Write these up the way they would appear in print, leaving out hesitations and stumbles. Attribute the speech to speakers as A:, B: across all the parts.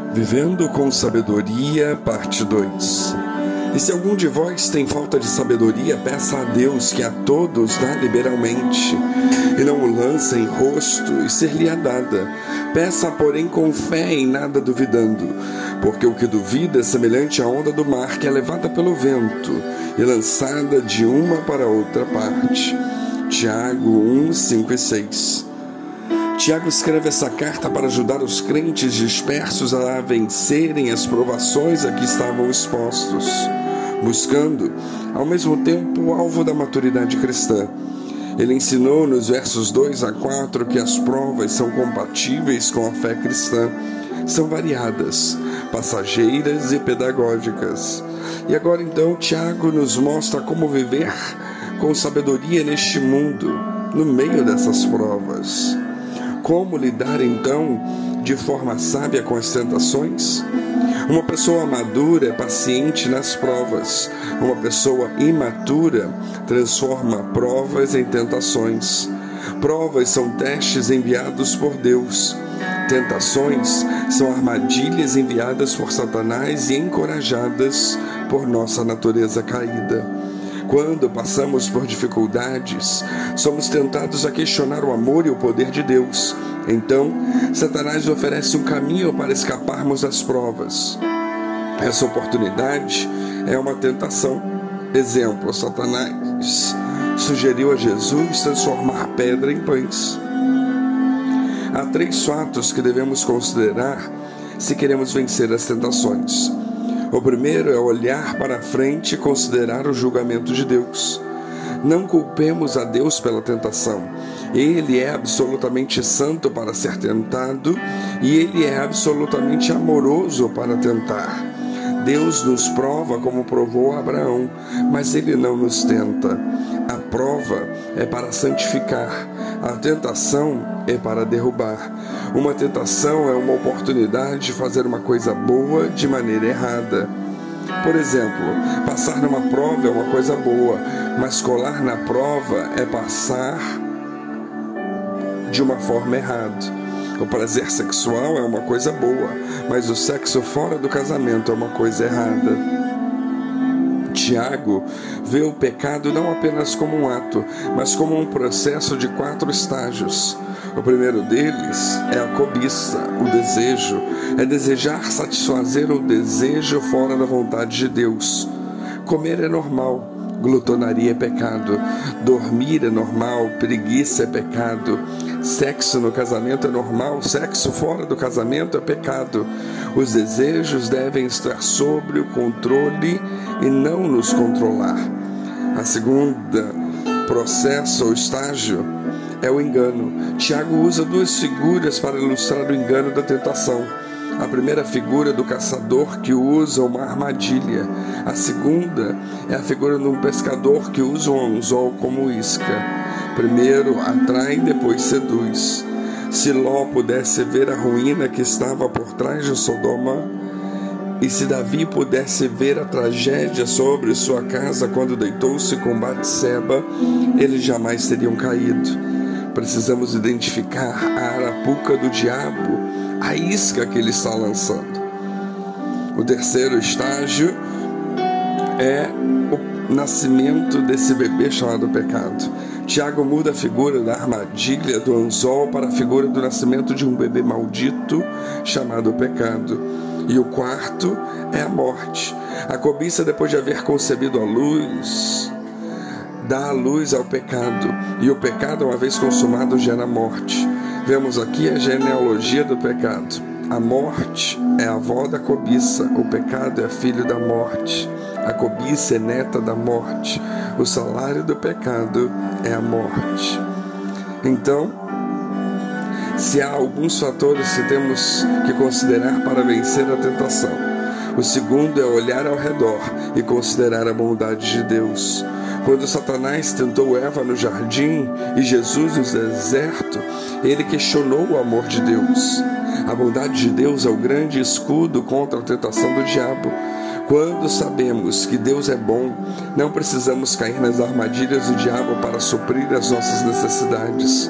A: Vivendo com Sabedoria, parte 2. E se algum de vós tem falta de sabedoria, peça a Deus, que a todos dá liberalmente, e não o lança em rosto, e ser-lhe-á dada. Peça, porém, com fé, em nada duvidando, porque o que duvida é semelhante à onda do mar, que é levada pelo vento, e lançada de uma para outra parte. Tiago 1, 5 e 6. Tiago escreve essa carta para ajudar os crentes dispersos a vencerem as provações a que estavam expostos, buscando, ao mesmo tempo, o alvo da maturidade cristã. Ele ensinou nos versos 2 a 4 que as provas são compatíveis com a fé cristã, são variadas, passageiras e pedagógicas. E agora então Tiago nos mostra como viver com sabedoria neste mundo, no meio dessas provas. Como lidar, então, de forma sábia com as tentações? Uma pessoa madura é paciente nas provas. Uma pessoa imatura transforma provas em tentações. Provas são testes enviados por Deus. Tentações são armadilhas enviadas por Satanás e encorajadas por nossa natureza caída. Quando passamos por dificuldades, somos tentados a questionar o amor e o poder de Deus. Então, Satanás oferece um caminho para escaparmos das provas. Essa oportunidade é uma tentação. Exemplo, Satanás sugeriu a Jesus transformar pedra em pães. Há 3 fatos que devemos considerar se queremos vencer as tentações. O primeiro é olhar para frente e considerar o julgamento de Deus. Não culpemos a Deus pela tentação. Ele é absolutamente santo para ser tentado e Ele é absolutamente amoroso para tentar. Deus nos prova como provou Abraão, mas Ele não nos tenta. A prova é para santificar, a tentação é para derrubar. Uma tentação é uma oportunidade de fazer uma coisa boa de maneira errada. Por exemplo, passar numa prova é uma coisa boa, mas colar na prova é passar de uma forma errada. O prazer sexual é uma coisa boa, mas o sexo fora do casamento é uma coisa errada. Tiago vê o pecado não apenas como um ato, mas como um processo de 4 estágios. O primeiro deles é a cobiça, o desejo. É desejar satisfazer o desejo fora da vontade de Deus. Comer é normal, glutonaria é pecado. Dormir é normal, preguiça é pecado. Sexo no casamento é normal, sexo fora do casamento é pecado. Os desejos devem estar sob o controle e não nos controlar. A segunda processo ou estágio é o engano. Tiago usa 2 figuras para ilustrar o engano da tentação. A primeira figura do caçador que usa uma armadilha. A segunda é a figura de um pescador que usa um anzol como isca. Primeiro atrai, depois seduz. Se Ló pudesse ver a ruína que estava por trás de Sodoma, e se Davi pudesse ver a tragédia sobre sua casa quando deitou-se com Batseba, eles jamais teriam caído. Precisamos identificar a arapuca do diabo, a isca que ele está lançando. O terceiro estágio é o nascimento desse bebê chamado pecado. Tiago muda a figura da armadilha do anzol para a figura do nascimento de um bebê maldito chamado pecado. E o quarto é a morte. A cobiça, depois de haver concebido a luz, dá a luz ao pecado, e o pecado, uma vez consumado, gera a morte. Vemos aqui a genealogia do pecado. A morte é a avó da cobiça, o pecado é filho da morte. A cobiça é neta da morte. O salário do pecado é a morte. Então, se há alguns fatores que temos que considerar para vencer a tentação, o segundo é olhar ao redor e considerar a bondade de Deus. Quando Satanás tentou Eva no jardim e Jesus no deserto, ele questionou o amor de Deus. A bondade de Deus é o grande escudo contra a tentação do diabo. Quando sabemos que Deus é bom, não precisamos cair nas armadilhas do diabo para suprir as nossas necessidades.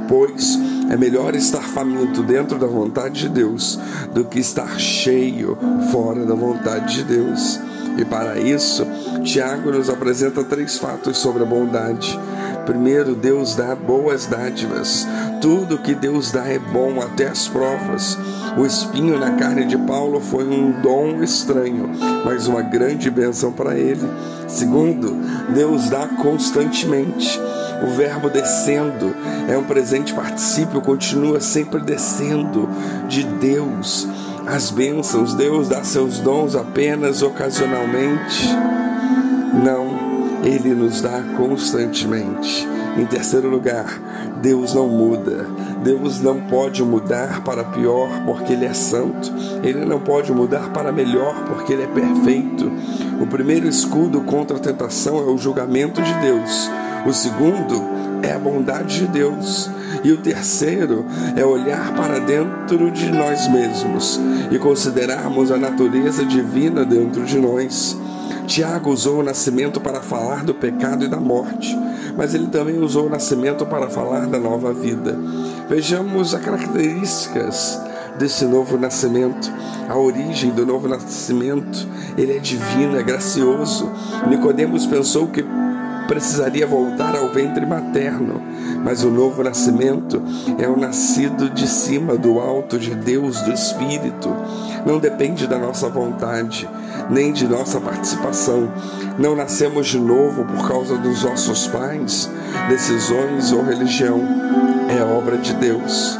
A: pois é melhor estar faminto dentro da vontade de Deus do que estar cheio fora da vontade de Deus. E para isso, Tiago nos apresenta 3 fatos sobre a bondade. Primeiro, Deus dá boas dádivas. Tudo que Deus dá é bom, até as provas. O espinho na carne de Paulo foi um dom estranho, mas uma grande bênção para ele. Segundo, Deus dá constantemente. O verbo descendo é um presente particípio, continua sempre descendo de Deus. As bênçãos, Deus dá seus dons apenas ocasionalmente. Não, Ele nos dá constantemente. Em terceiro lugar, Deus não muda. Deus não pode mudar para pior porque Ele é santo. Ele não pode mudar para melhor porque Ele é perfeito. O primeiro escudo contra a tentação é o julgamento de Deus. O segundo é a bondade de Deus. E o terceiro é olhar para dentro de nós mesmos e considerarmos a natureza divina dentro de nós. Tiago usou o nascimento para falar do pecado e da morte, mas ele também usou o nascimento para falar da nova vida. Vejamos as características desse novo nascimento. A origem do novo nascimento, ele é divino, é gracioso. Nicodemos pensou que precisaria voltar ao ventre materno, mas o novo nascimento é o nascido de cima, do alto, de Deus, do Espírito. Não depende da nossa vontade, nem de nossa participação. Não nascemos de novo por causa dos nossos pais, decisões ou religião. É obra de Deus.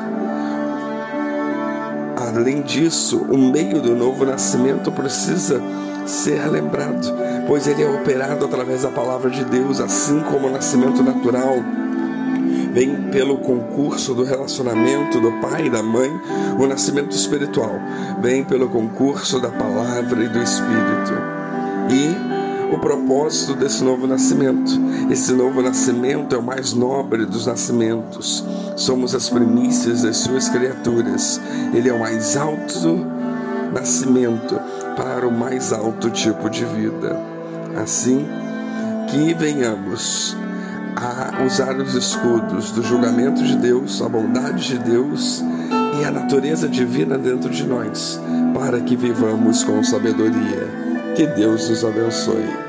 A: Além disso, o meio do novo nascimento precisa ser lembrado, pois ele é operado através da palavra de Deus, assim como o nascimento natural vem pelo concurso do relacionamento do pai e da mãe. O nascimento espiritual vem pelo concurso da palavra e do Espírito. E o propósito desse novo nascimento, esse novo nascimento é o mais nobre dos nascimentos. Somos as primícias das suas criaturas. Ele é o mais alto nascimento para o mais alto tipo de vida. Assim que venhamos a usar os escudos do julgamento de Deus, a bondade de Deus e a natureza divina dentro de nós, para que vivamos com sabedoria. Que Deus nos abençoe.